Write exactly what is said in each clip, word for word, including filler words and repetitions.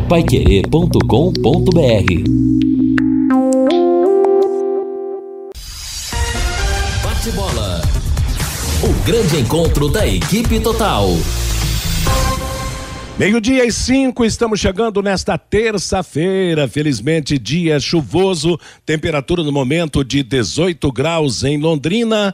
paiquerê ponto com ponto br. Bate-bola. O grande encontro da equipe total. Meio-dia e cinco, estamos chegando nesta terça-feira, felizmente dia chuvoso, temperatura no momento de dezoito graus em Londrina.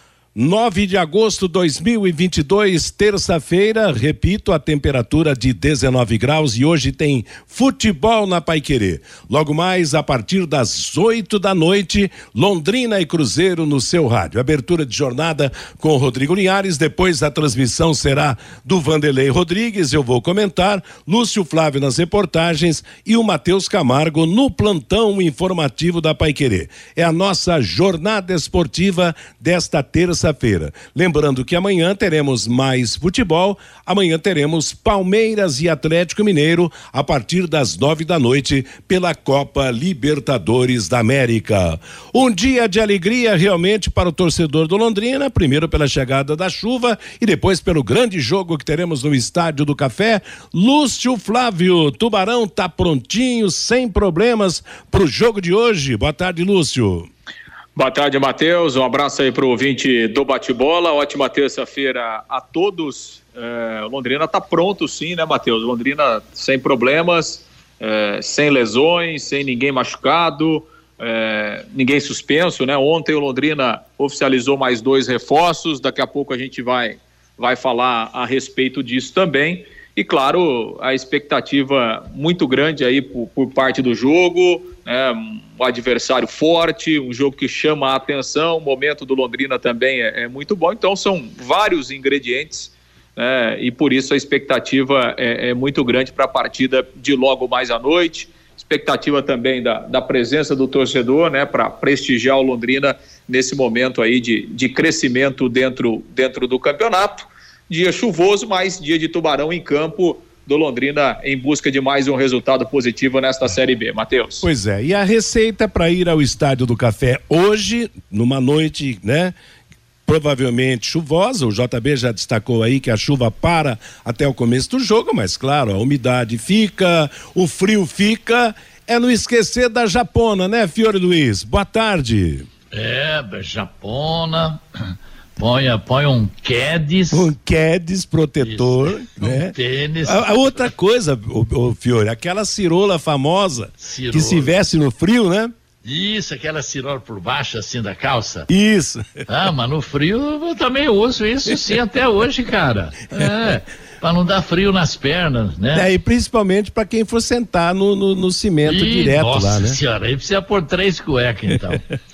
nove de agosto de dois mil e vinte e dois, terça-feira, repito, a temperatura de dezenove graus e hoje tem futebol na Paiquerê. Logo mais, a partir das oito da noite, Londrina e Cruzeiro no seu rádio. Abertura de jornada com o Rodrigo Linhares, depois a transmissão será do Vanderlei Rodrigues, eu vou comentar, Lúcio Flávio nas reportagens e o Matheus Camargo no plantão informativo da Paiquerê. É a nossa jornada esportiva desta terça Terça-feira. Lembrando que amanhã teremos mais futebol, amanhã teremos Palmeiras e Atlético Mineiro a partir das nove da noite pela Copa Libertadores da América. Um dia de alegria realmente para o torcedor do Londrina, primeiro pela chegada da chuva e depois pelo grande jogo que teremos no Estádio do Café. Lúcio Flávio, Tubarão tá prontinho, sem problemas para o jogo de hoje. Boa tarde, Lúcio. Boa tarde, Matheus. Um abraço aí pro ouvinte do Bate-Bola. Ótima terça-feira a todos. É, Londrina tá pronto sim, né, Matheus? Londrina sem problemas, é, sem lesões, sem ninguém machucado, é, ninguém suspenso, né? Ontem o Londrina oficializou mais dois reforços. Daqui a pouco a gente vai, vai falar a respeito disso também. E, claro, a expectativa muito grande aí por, por parte do jogo, né? Um adversário forte, um jogo que chama a atenção, o momento do Londrina também é, é muito bom, então são vários ingredientes, né? E por isso a expectativa é, é muito grande para a partida de logo mais à noite, expectativa também da, da presença do torcedor, né? Para prestigiar o Londrina nesse momento aí de, de crescimento dentro, dentro do campeonato. Dia chuvoso, mas dia de Tubarão em campo do Londrina em busca de mais um resultado positivo nesta Série B, Matheus. Pois é, e a receita para ir ao Estádio do Café hoje, numa noite, né, provavelmente chuvosa, o J B já destacou aí que a chuva para até o começo do jogo, mas claro, a umidade fica, o frio fica, é não esquecer da japona, né, Fiore Luiz? Boa tarde. É, da japona... Põe, põe um Keds. Um Keds protetor, isso, né? Um tênis. A, a outra coisa, o, o Fiore, aquela cirola famosa cirola. Que se veste no frio, né? Isso, aquela cirola por baixo assim da calça. Isso. Ah, mas no frio eu também uso isso sim até hoje, cara. É, pra não dar frio nas pernas, né? É, e principalmente pra quem for sentar no, no, no cimento e, direto nossa lá, né? Nossa senhora, aí precisa pôr três cuecas então.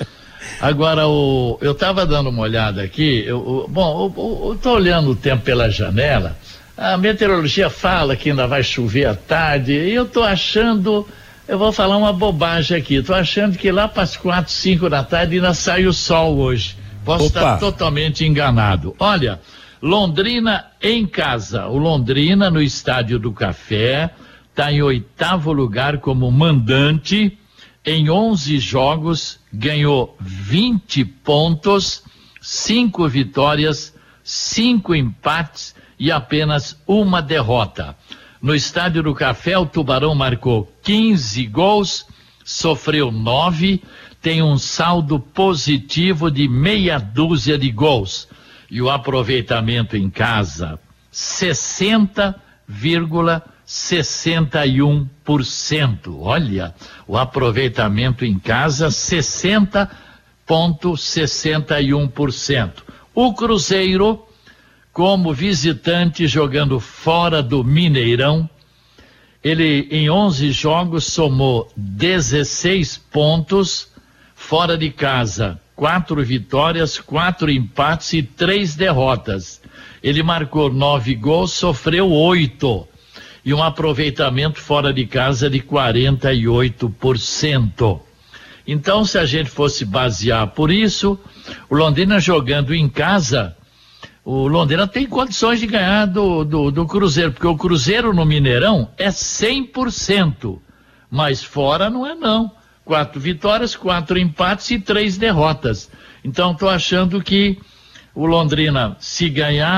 Agora, o, eu estava dando uma olhada aqui, eu, o, bom, eu estou olhando o tempo pela janela, a meteorologia fala que ainda vai chover à tarde, e eu estou achando, eu vou falar uma bobagem aqui, estou achando que lá para as quatro, cinco da tarde ainda sai o sol hoje. Posso Opa. estar totalmente enganado. Olha, Londrina em casa, o Londrina no Estádio do Café, está em oitavo lugar como mandante. Em onze jogos, ganhou vinte pontos, cinco vitórias, cinco empates e apenas uma derrota. No Estádio do Café, o Tubarão marcou quinze gols, sofreu nove, tem um saldo positivo de meia dúzia de gols. E o aproveitamento em casa, sessenta vírgula sessenta e um por cento. Olha, o aproveitamento em casa, sessenta vírgula sessenta e um por cento. O Cruzeiro, como visitante jogando fora do Mineirão, ele em onze jogos somou dezesseis pontos, fora de casa, quatro vitórias, quatro empates e três derrotas. Ele marcou nove gols, sofreu oito. E um aproveitamento fora de casa de quarenta e oito por cento. Então, se a gente fosse basear por isso, o Londrina jogando em casa, o Londrina tem condições de ganhar do, do, do Cruzeiro, porque o Cruzeiro no Mineirão é cem por cento, mas fora não é não. Quatro vitórias, quatro empates e três derrotas. Então, estou achando que o Londrina, se ganhar,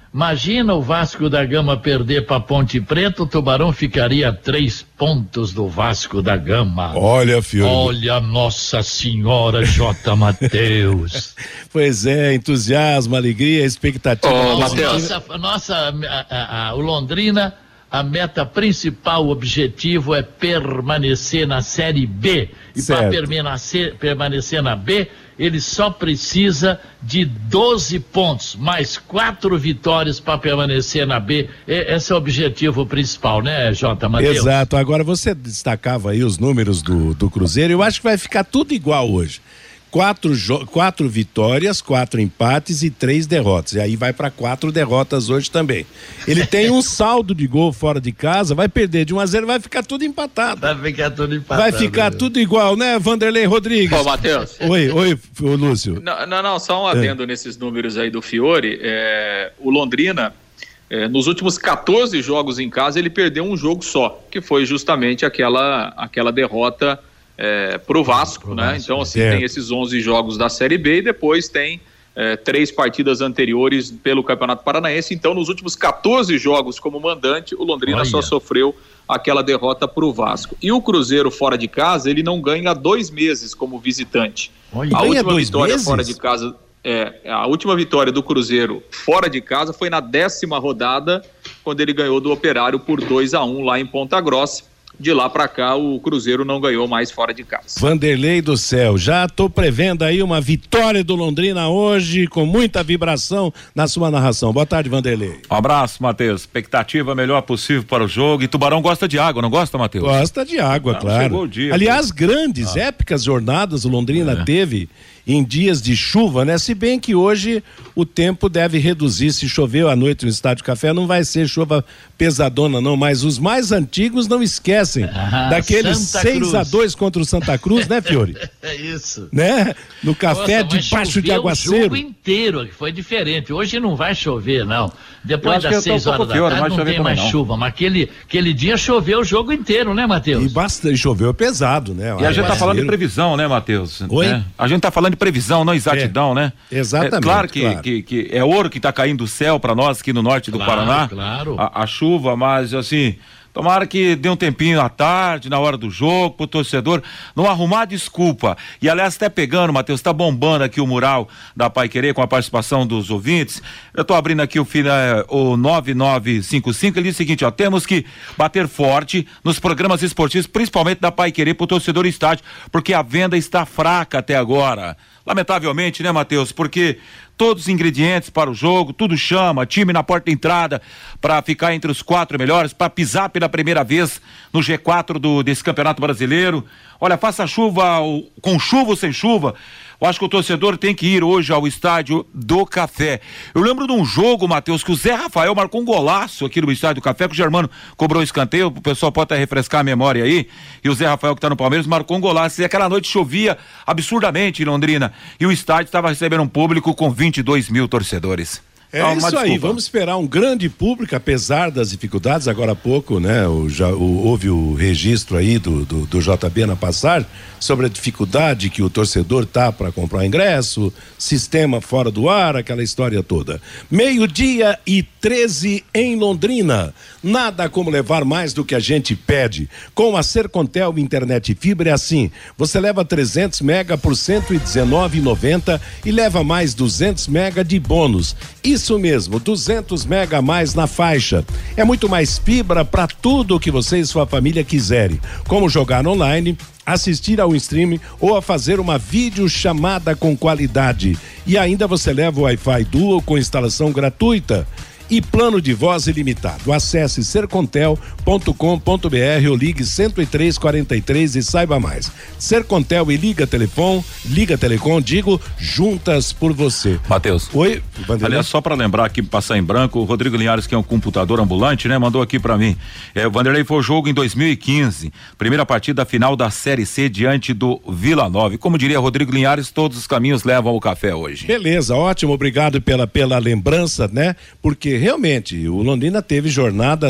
Imagina o Vasco da Gama perder para Ponte Preta, o Tubarão ficaria a três pontos do Vasco da Gama. Olha, Fiore. Olha, Nossa Senhora, J. Mateus. Pois é, entusiasmo, alegria, expectativa. Oh, nossa, nossa a, a, a, o Londrina, a meta principal, o objetivo é permanecer na Série B. E para permanecer, permanecer na B, ele só precisa de doze pontos, mais quatro vitórias para permanecer na B. Esse é o objetivo principal, né, J. Mateus? Exato. Agora, você destacava aí os números do, do Cruzeiro. Eu acho que vai ficar tudo igual hoje. Quatro, quatro vitórias, quatro empates e três derrotas. E aí vai para quatro derrotas hoje também. Ele tem um saldo de gol fora de casa, vai perder de um a zero, vai ficar tudo empatado. Vai ficar tudo empatado. Vai ficar tudo igual, né, Vanderlei Rodrigues? Ô, Matheus. Oi, oi, ô, Lúcio. Não, não, não, só um adendo é. nesses números aí do Fiore. É, o Londrina, é, nos últimos quatorze jogos em casa, ele perdeu um jogo só, que foi justamente aquela, aquela derrota É, pro Vasco, pro né? Vasco, então, assim, é. tem esses onze jogos da Série B e depois tem é, três partidas anteriores pelo Campeonato Paranaense. Então, nos últimos quatorze jogos como mandante, o Londrina Olha. só sofreu aquela derrota pro Vasco. E o Cruzeiro fora de casa, ele não ganha há dois meses como visitante. Olha. A Ganha última dois vitória meses? fora de casa, é, a última vitória do Cruzeiro fora de casa foi na décima rodada, quando ele ganhou do Operário por dois a um lá em Ponta Grossa. De lá para cá, o Cruzeiro não ganhou mais fora de casa. Vanderlei do céu, já tô prevendo aí uma vitória do Londrina hoje, com muita vibração na sua narração. Boa tarde, Vanderlei. Um abraço, Matheus. Expectativa melhor possível para o jogo. E Tubarão gosta de água, não gosta, Matheus? Gosta de água, não, claro. Chegou o dia. Aliás, grandes, ah. épicas jornadas o Londrina é. teve em dias de chuva, né? Se bem que hoje o tempo deve reduzir. Se choveu à noite no Estádio Café, não vai ser chuva pesadona, não. Mas os mais antigos não esquecem ah, daqueles seis a dois contra o Santa Cruz, né, Fiore? É isso. Né? No café Nossa, debaixo de aguaceiro. O jogo inteiro, que foi diferente. Hoje não vai chover, não. Depois das seis horas da tarde não tem mais chuva. Mas aquele, aquele dia choveu o jogo inteiro, né, Matheus? E bastante, choveu pesado, né? E a gente tá falando de previsão, né, Matheus? Oi? É. A gente tá falando de previsão, não exatidão, é. né? Exatamente. É, claro, que, claro. Que, que é ouro que tá caindo do céu para nós aqui no norte do claro, Paraná. Claro. A, a chuva, mas assim, tomara que dê um tempinho à tarde, na hora do jogo, pro torcedor não arrumar desculpa. E aliás, até pegando, Matheus, tá bombando aqui o mural da Paiquerê com a participação dos ouvintes. Eu tô abrindo aqui o, fila, o nove nove cinco cinco, ele diz o seguinte, ó, temos que bater forte nos programas esportivos, principalmente da Paiquerê pro torcedor estádio, porque a venda está fraca até agora. Lamentavelmente, né, Matheus? Porque todos os ingredientes para o jogo, tudo chama, time na porta de entrada para ficar entre os quatro melhores, para pisar pela primeira vez no G quatro do, desse Campeonato Brasileiro. Olha, faça chuva, com chuva ou sem chuva, eu acho que o torcedor tem que ir hoje ao Estádio do Café. Eu lembro de um jogo, Matheus, que o Zé Rafael marcou um golaço aqui no Estádio do Café, que o Germano cobrou escanteio, o pessoal pode até refrescar a memória aí, e o Zé Rafael, que tá no Palmeiras, marcou um golaço, e aquela noite chovia absurdamente em Londrina, e o estádio estava recebendo um público com vinte e dois mil torcedores. É então, isso aí, vamos esperar um grande público, apesar das dificuldades. Agora há pouco, né, o, já, o, houve o registro aí do, do, do J B na passagem sobre a dificuldade que o torcedor tá para comprar ingresso, sistema fora do ar, aquela história toda. Meio-dia e treze em Londrina. Nada como levar mais do que a gente pede. Com a Sercontel Internet Fibra é assim, você leva trezentos mega por cento e dezenove reais e noventa centavos e leva mais duzentos mega de bônus. Isso mesmo, duzentos mega a mais na faixa. É muito mais fibra para tudo o que você e sua família quiserem, como jogar online, assistir ao streaming ou a fazer uma videochamada com qualidade. E ainda você leva o Wi-Fi Dual com instalação gratuita e plano de voz ilimitado. Acesse sercontel ponto com ponto br ou ligue cento e três, quarenta e três e saiba mais. Sercontel e Liga Telecom, Liga Telecom, digo, juntas por você. Matheus. Oi, Vanderlei. Aliás, só para lembrar aqui, passar em branco, o Rodrigo Linhares, que é um computador ambulante, né, mandou aqui para mim. É, o Vanderlei foi o jogo em dois mil e quinze, primeira partida final da Série C diante do Vila Nova. Como diria Rodrigo Linhares, todos os caminhos levam ao café hoje. Beleza, ótimo, obrigado pela, pela lembrança, né? Porque realmente o Londrina teve jornadas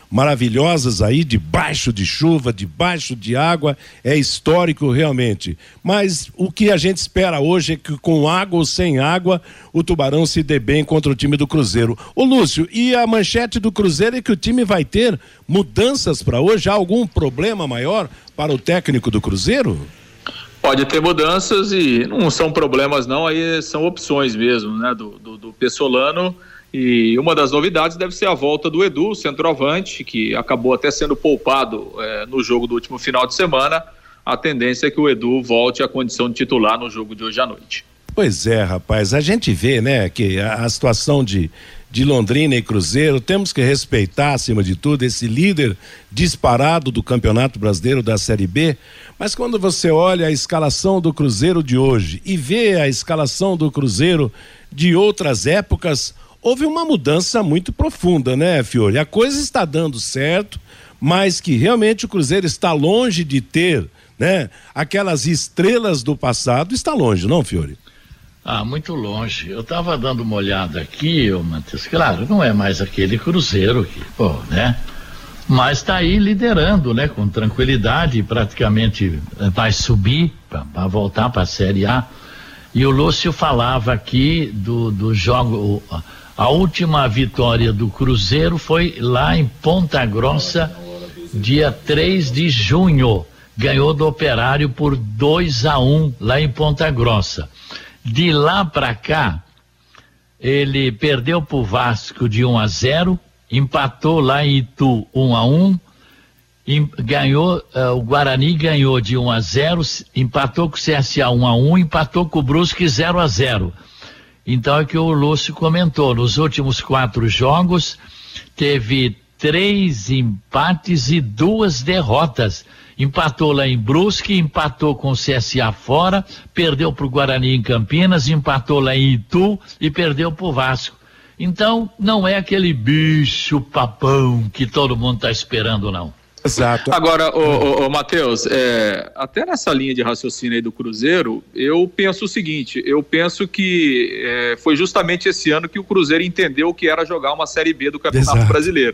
maravilhosas aí, debaixo de chuva, debaixo de água, é histórico realmente. Mas o que a gente espera hoje é que com água ou sem água, o Tubarão se dê bem contra o time do Cruzeiro. Ô Lúcio, e a manchete do Cruzeiro é que o time vai ter mudanças para hoje? Há algum problema maior para o técnico do Cruzeiro? Pode ter mudanças e não são problemas não, aí são opções mesmo, né, do, do, do Pessolano, e uma das novidades deve ser a volta do Edu, centroavante, que acabou até sendo poupado é, no jogo do último final de semana. A tendência é que o Edu volte à condição de titular no jogo de hoje à noite. Pois é, rapaz, a gente vê, né, que a, a situação de, de Londrina e Cruzeiro, temos que respeitar, acima de tudo, esse líder disparado do Campeonato Brasileiro da Série B, mas quando você olha a escalação do Cruzeiro de hoje e vê a escalação do Cruzeiro de outras épocas, houve uma mudança muito profunda, né, Fiore? A coisa está dando certo, mas que realmente o Cruzeiro está longe de ter, né, aquelas estrelas do passado, está longe, não, Fiore? Ah, muito longe. Eu estava dando uma olhada aqui, ô Matheus, claro, não é mais aquele Cruzeiro que, pô, né? Mas está aí liderando, né? Com tranquilidade, praticamente vai subir para voltar para a Série A. E o Lúcio falava aqui do, do jogo, a última vitória do Cruzeiro foi lá em Ponta Grossa, dia três de junho. Ganhou do Operário por dois a um lá em Ponta Grossa. De lá para cá, ele perdeu pro Vasco de um a zero, empatou lá em Itu um a um, em, ganhou, uh, o Guarani ganhou de um a zero, empatou com o C S A um a um, empatou com o Brusque zero a zero. Então é que o Lúcio comentou, nos últimos quatro jogos teve três empates e duas derrotas. Empatou lá em Brusque, empatou com o C S A fora, perdeu para o Guarani em Campinas, empatou lá em Itu e perdeu para o Vasco. Então, não é aquele bicho papão que todo mundo está esperando, não. Exato. Agora, ô, ô, ô Matheus, é, até nessa linha de raciocínio aí do Cruzeiro, eu penso o seguinte, eu penso que é, foi justamente esse ano que o Cruzeiro entendeu o que era jogar uma Série B do Campeonato Exato. Brasileiro.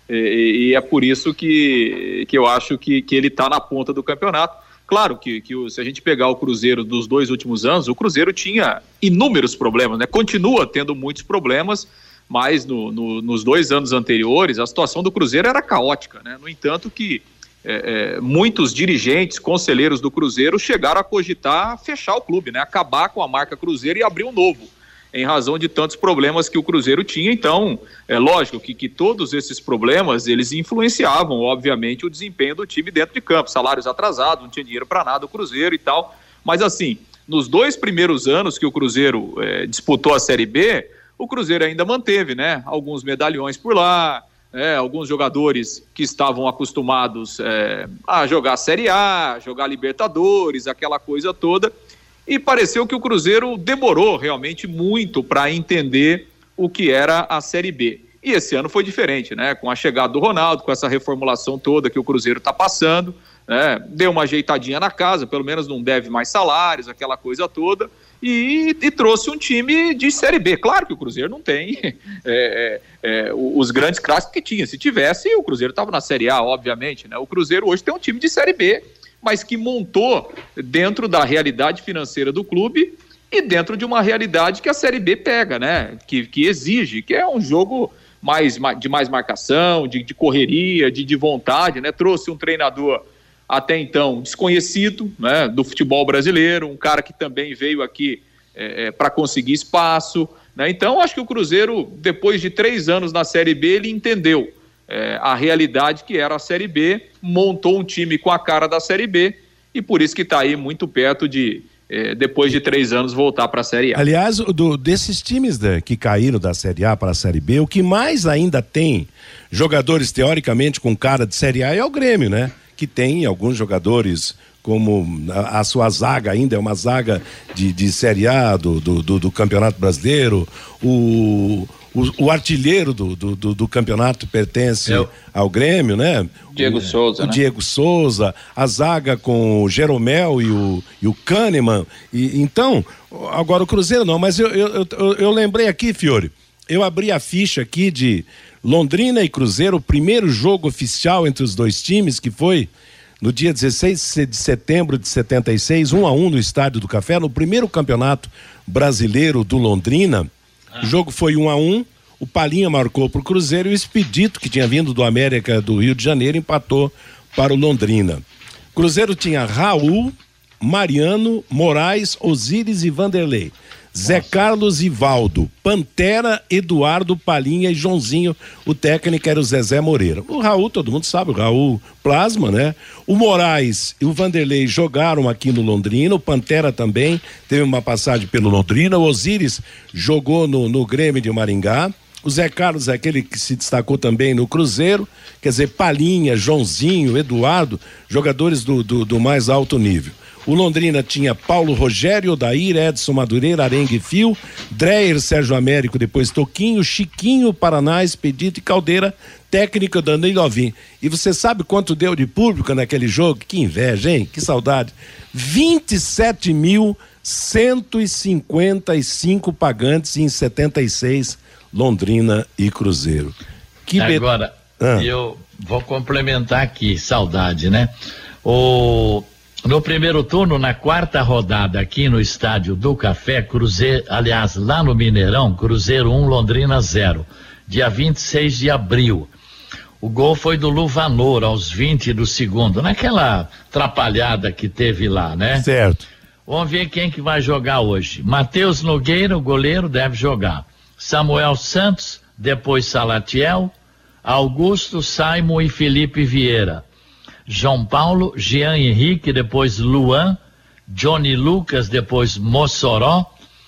E, e é por isso que, que eu acho que, que ele está na ponta do campeonato. Claro que, que o, se a gente pegar o Cruzeiro dos dois últimos anos, o Cruzeiro tinha inúmeros problemas, né? Continua tendo muitos problemas, mas no, no, nos dois anos anteriores a situação do Cruzeiro era caótica, né? No entanto que é, é, muitos dirigentes, conselheiros do Cruzeiro chegaram a cogitar fechar o clube, né? Acabar com a marca Cruzeiro e abrir um novo, em razão de tantos problemas que o Cruzeiro tinha. Então, é lógico que, que todos esses problemas, eles influenciavam, obviamente, o desempenho do time dentro de campo, salários atrasados, não tinha dinheiro para nada o Cruzeiro e tal, mas assim, nos dois primeiros anos que o Cruzeiro é, disputou a Série B, o Cruzeiro ainda manteve, né, alguns medalhões por lá, é, alguns jogadores que estavam acostumados é, a jogar a Série A, jogar Libertadores, aquela coisa toda. E pareceu que o Cruzeiro demorou realmente muito para entender o que era a Série B. E esse ano foi diferente, né? Com a chegada do Ronaldo, com essa reformulação toda que o Cruzeiro está passando, né? Deu uma ajeitadinha na casa, pelo menos não deve mais salários, aquela coisa toda, e, e trouxe um time de Série B. Claro que o Cruzeiro não tem é, é, é, os grandes craques que tinha. Se tivesse, o Cruzeiro estava na Série A, obviamente, né? O Cruzeiro hoje tem um time de Série B, mas que montou dentro da realidade financeira do clube e dentro de uma realidade que a Série B pega, né? Que, que exige, que é um jogo mais, de mais marcação, de, de correria, de, de vontade, né? Trouxe um treinador até então desconhecido, né, do futebol brasileiro, um cara que também veio aqui é, é, para conseguir espaço, né? Então acho que o Cruzeiro, depois de três anos na Série B, ele entendeu É, a realidade que era a Série B, montou um time com a cara da Série B e por isso que está aí muito perto de, é, depois de três anos, voltar para a Série A. Aliás, do, desses times da, que caíram da Série A para a Série B, o que mais ainda tem jogadores teoricamente com cara de Série A é o Grêmio, né? Que tem alguns jogadores como a, a sua zaga ainda é uma zaga de, de Série A do, do, do, do Campeonato Brasileiro, o... O, o artilheiro do, do, do, do campeonato pertence Eu. ao Grêmio, né? Diego o, Souza, o né? Diego Souza, a zaga com o Jeromel e o, e o Kahneman. E, então, agora o Cruzeiro não, mas eu, eu, eu, eu lembrei aqui, Fiore, eu abri a ficha aqui de Londrina e Cruzeiro, o primeiro jogo oficial entre os dois times, que foi no dia dezesseis de setembro de setenta e seis, um a um no Estádio do Café, no primeiro campeonato brasileiro do Londrina. O jogo foi um a um, o Palinha marcou para o Cruzeiro e o Expedito, que tinha vindo do América do Rio de Janeiro, empatou para o Londrina. Cruzeiro tinha Raul, Mariano, Moraes, Osíris e Vanderlei. Zé Carlos e Valdo, Pantera, Eduardo, Palinha e Joãozinho. O técnico era o Zezé Moreira. O Raul, todo mundo sabe, o Raul Plasma, né? O Moraes e o Vanderlei jogaram aqui no Londrina, o Pantera também teve uma passagem pelo Londrina, o Osíris jogou no, no Grêmio de Maringá, o Zé Carlos é aquele que se destacou também no Cruzeiro, quer dizer, Palinha, Joãozinho, Eduardo, jogadores do, do, do mais alto nível. O Londrina tinha Paulo Rogério, Odair, Edson Madureira, Arengue Fio, Dreyer, Sérgio Américo, depois Toquinho, Chiquinho, Paraná, Expedito e Caldeira, técnico Danilo Alvim. E você sabe quanto deu de público naquele jogo? Que inveja, hein? Que saudade. vinte e sete mil cento e cinquenta e cinco pagantes em setenta e seis, Londrina e Cruzeiro. Que Agora, be... ah. eu vou complementar aqui, saudade, né? O... No primeiro turno, na quarta rodada, aqui no Estádio do Café, Cruzeiro, aliás, lá no Mineirão, Cruzeiro um, Londrina zero, dia vinte e seis de abril. O gol foi do Luvanor, aos vinte do segundo, naquela atrapalhada que teve lá, né? Certo. Vamos ver quem que vai jogar hoje. Matheus Nogueira, o goleiro, deve jogar. Samuel Santos, depois Salatiel, Augusto, Saimo e Felipe Vieira. João Paulo, Jean Henrique, depois Luan, Johnny Lucas, depois Mossoró,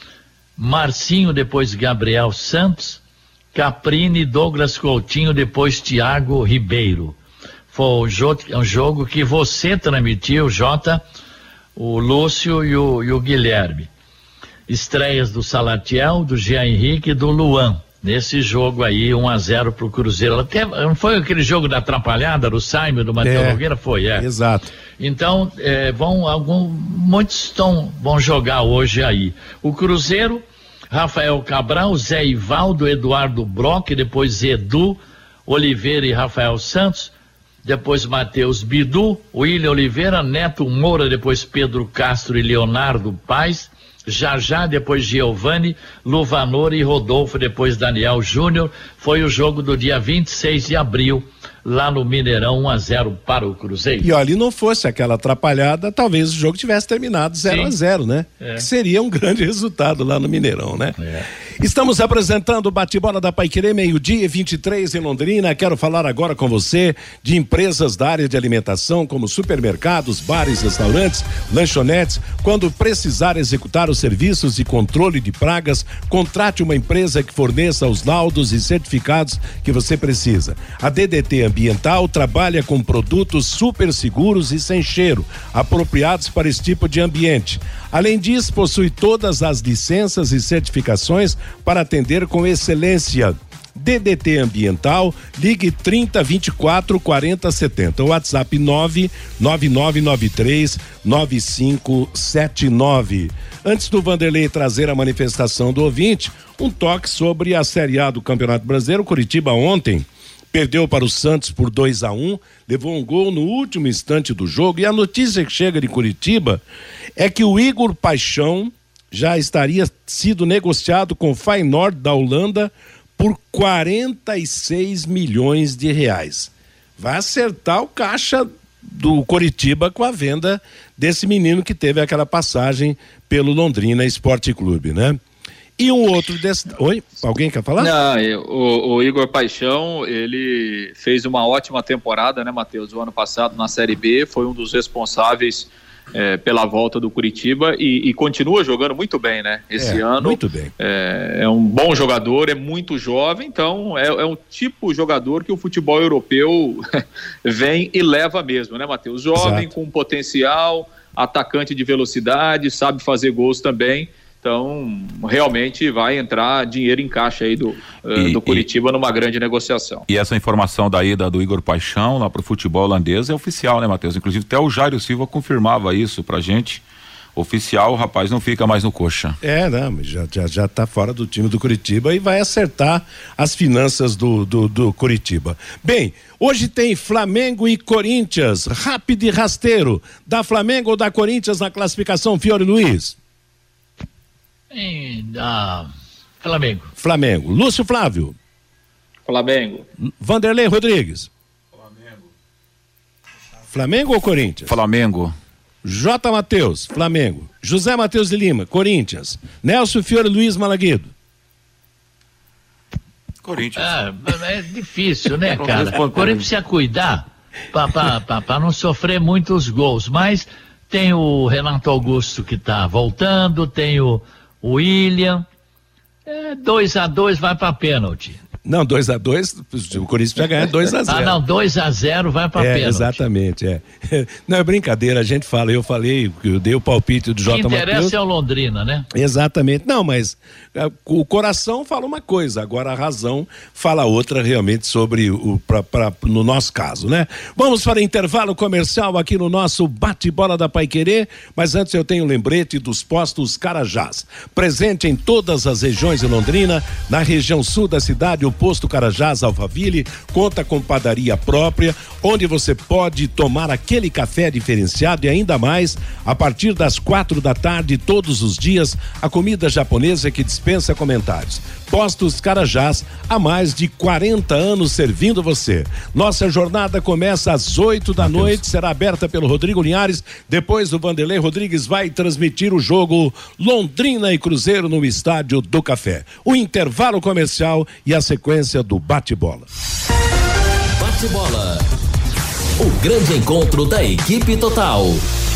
Marcinho, depois Gabriel Santos, Caprini, Douglas Coutinho, depois Thiago Ribeiro. Foi um jogo que você transmitiu, Jota, o Lúcio e o, e o Guilherme. Estreias do Salatiel, do Jean Henrique e do Luan. Nesse jogo aí, um a zero pro Cruzeiro. Até, não foi aquele jogo da atrapalhada, do Saime, do Matheus é, Nogueira? Foi, é. Exato. Então, é, vão, algum, muitos estão, vão jogar hoje aí. O Cruzeiro, Rafael Cabral, Zé Ivaldo, Eduardo Brock, depois Edu, Oliveira e Rafael Santos, depois Matheus Bidu, William Oliveira, Neto Moura, depois Pedro Castro e Leonardo Paes, Já Já, depois Giovani, Luvanor e Rodolfo, depois Daniel Júnior. Foi o jogo do dia vinte e seis de abril, lá no Mineirão, um a zero para o Cruzeiro. E olha, não fosse aquela atrapalhada, talvez o jogo tivesse terminado zero a zero, né? É. Que seria um grande resultado lá no Mineirão, né? É. Estamos apresentando o Bate-Bola da Paiquerê, meio-dia e vinte e três em Londrina. Quero falar agora com você de empresas da área de alimentação, como supermercados, bares, restaurantes, lanchonetes. Quando precisar executar os serviços de controle de pragas, contrate uma empresa que forneça os laudos e certificados que você precisa. A D D T Ambiental trabalha com produtos super seguros e sem cheiro, apropriados para esse tipo de ambiente. Além disso, possui todas as licenças e certificações para atender com excelência. D D T Ambiental, ligue trinta, vinte e quatro, quarenta, setenta, WhatsApp nove nove nove nove três nove cinco sete nove. Antes do Vanderlei trazer a manifestação do ouvinte, um toque sobre a Série A do Campeonato Brasileiro. Curitiba ontem perdeu para o Santos por dois a um, levou um gol no último instante do jogo, e a notícia que chega de Curitiba é que o Igor Paixão já estaria sido negociado com o Feyenoord da Holanda por quarenta e seis milhões de reais. Vai acertar o caixa do Coritiba com a venda desse menino que teve aquela passagem pelo Londrina Esporte Clube, né? E um outro desse... Oi? Alguém quer falar? Não, o, o Igor Paixão, ele fez uma ótima temporada, né, Matheus? O ano passado na Série B, foi um dos responsáveis é, pela volta do Curitiba e, e continua jogando muito bem, né? Esse é, ano. Muito bem. É, é um bom jogador, é muito jovem, então é, é um tipo de jogador que o futebol europeu vem e leva mesmo, né, Matheus? Jovem, exato, com potencial, atacante de velocidade, sabe fazer gols também. Então, realmente vai entrar dinheiro em caixa aí do, e, uh, do Curitiba e, numa grande negociação. E essa informação da ida do Igor Paixão lá pro futebol holandês é oficial, né, Matheus? Inclusive até o Jairo Silva confirmava isso pra gente. oficial, o rapaz não fica mais no coxa. É, não, mas já, já, já tá fora do time do Curitiba e vai acertar as finanças do, do, do Curitiba. Bem, hoje tem Flamengo e Corinthians, rápido e rasteiro. Da Flamengo ou da Corinthians na classificação, Fiore Luiz? Em, da Flamengo. Flamengo. Lúcio Flávio? Flamengo. Vanderlei Rodrigues? Flamengo. Flamengo ou Corinthians? Flamengo. J. Matheus, Flamengo. José Matheus de Lima, Corinthians. Nelson Fiore Luiz Malaguedo. Corinthians. Ah, é difícil, né, cara? O Corinthians precisa cuidar para não sofrer muitos gols. Mas tem o Renato Augusto que tá voltando, tem o, o William. É, dois a dois vai para pênalti. Não, dois a dois, o Corinthians precisa ganhar dois a zero. Ah, não, dois a zero vai pra é, pênalti. Exatamente, é. Não, é brincadeira, a gente fala, eu falei, eu dei o palpite do J. Matheus. O que interessa é o Londrina, né? Exatamente, não, mas é, o coração fala uma coisa, agora a razão fala outra realmente sobre o, pra, pra, no nosso caso, né? Vamos para intervalo comercial aqui no nosso bate-bola da Paiquerê, mas antes eu tenho um lembrete dos postos Carajás, presente em todas as regiões de Londrina, na região sul da cidade, o posto Carajás Alphaville conta com padaria própria, onde você pode tomar aquele café diferenciado e ainda mais, a partir das quatro da tarde, todos os dias, a comida japonesa que dispensa comentários. Postos Carajás, há mais de quarenta anos servindo você. Nossa jornada começa às oito da noite, será aberta pelo Rodrigo Linhares, depois o Vanderlei Rodrigues vai transmitir o jogo Londrina e Cruzeiro no Estádio do Café. O intervalo comercial e a sequência do bate-bola. Bate-bola. O grande encontro da equipe total.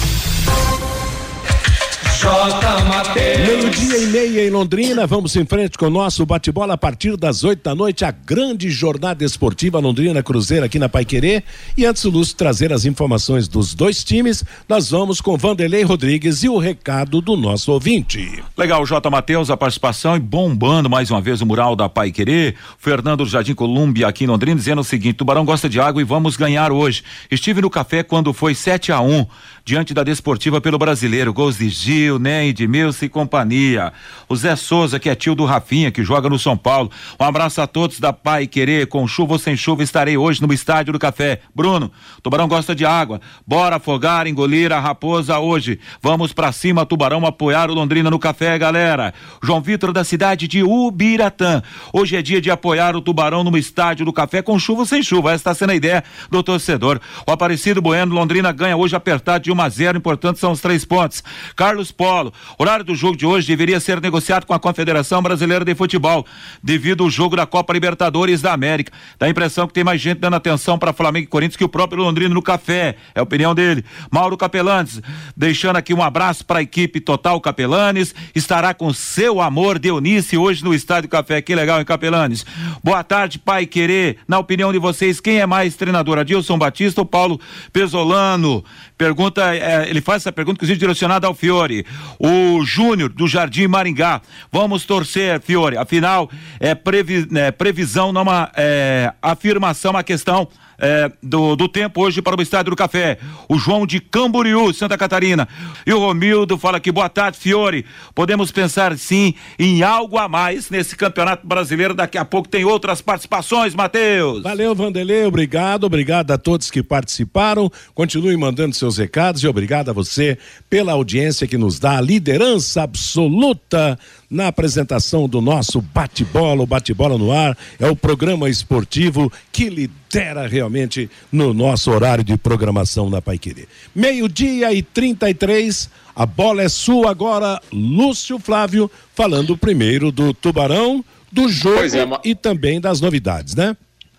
Meio-dia e meia em Londrina, vamos em frente com o nosso bate-bola a partir das oito da noite, a grande jornada esportiva Londrina Cruzeiro aqui na Paiquerê. E antes do Lúcio trazer as informações dos dois times, nós vamos com Vanderlei Rodrigues e o recado do nosso ouvinte. Legal, J. Matheus, a participação e bombando mais uma vez o mural da Paiquerê. Fernando do Jardim Colúmbia aqui em Londrina dizendo o seguinte: Tubarão gosta de água e vamos ganhar hoje. Estive no café quando foi sete a um diante da Desportiva pelo Brasileiro, gols de Gil, Ney, Edmilson e companhia. O Zé Souza, que é tio do Rafinha, que joga no São Paulo. Um abraço a todos da Paiquerê. Com chuva ou sem chuva, estarei hoje no Estádio do Café. Bruno, Tubarão gosta de água. Bora afogar, engolir a raposa hoje. Vamos pra cima, Tubarão, apoiar o Londrina no Café, galera. João Vitor, da cidade de Ubiratã. Hoje é dia de apoiar o Tubarão no Estádio do Café, com chuva ou sem chuva. Essa está sendo a ideia do torcedor. O Aparecido Bueno, Londrina ganha hoje apertado de um a zero. Importante são os três pontos. Carlos Polo, horário do jogo de hoje deveria ser negociado com a Confederação Brasileira de Futebol, devido ao jogo da Copa Libertadores da América. Dá a impressão que tem mais gente dando atenção para Flamengo e Corinthians que o próprio Londrina no Café. É a opinião dele. Mauro Capelanes, deixando aqui um abraço para a equipe total Capelanes, estará com seu amor Dionísio hoje no Estádio Café. Que legal, hein, Capelanes? Boa tarde, Paiquerê. Na opinião de vocês, quem é mais treinador, Adilson Batista ou Paulo Pesolano? Pergunta, é, ele faz essa pergunta, inclusive direcionada ao Fiore. O Júnior do Jardim Maringá. Vamos torcer, Fiore. Afinal, é, previ, é previsão, não uma é, afirmação, uma questão é, do, do tempo hoje para o Estádio do Café. O João de Camboriú, Santa Catarina. E o Romildo fala aqui: boa tarde, Fiore. Podemos pensar sim em algo a mais nesse Campeonato Brasileiro. Daqui a pouco tem outras participações, Matheus. Valeu, Vanderlei. Obrigado. Obrigado a todos que participaram. Continue mandando seus recados e obrigado a você pela audiência que nos dá a liderança absoluta na apresentação do nosso bate-bola. O Bate-Bola no Ar é o programa esportivo que lidera realmente no nosso horário de programação na Paiquerê. Meio-dia e trinta e três, a bola é sua agora, Lúcio Flávio, falando primeiro do Tubarão, do jogo é, ma... e também das novidades, né?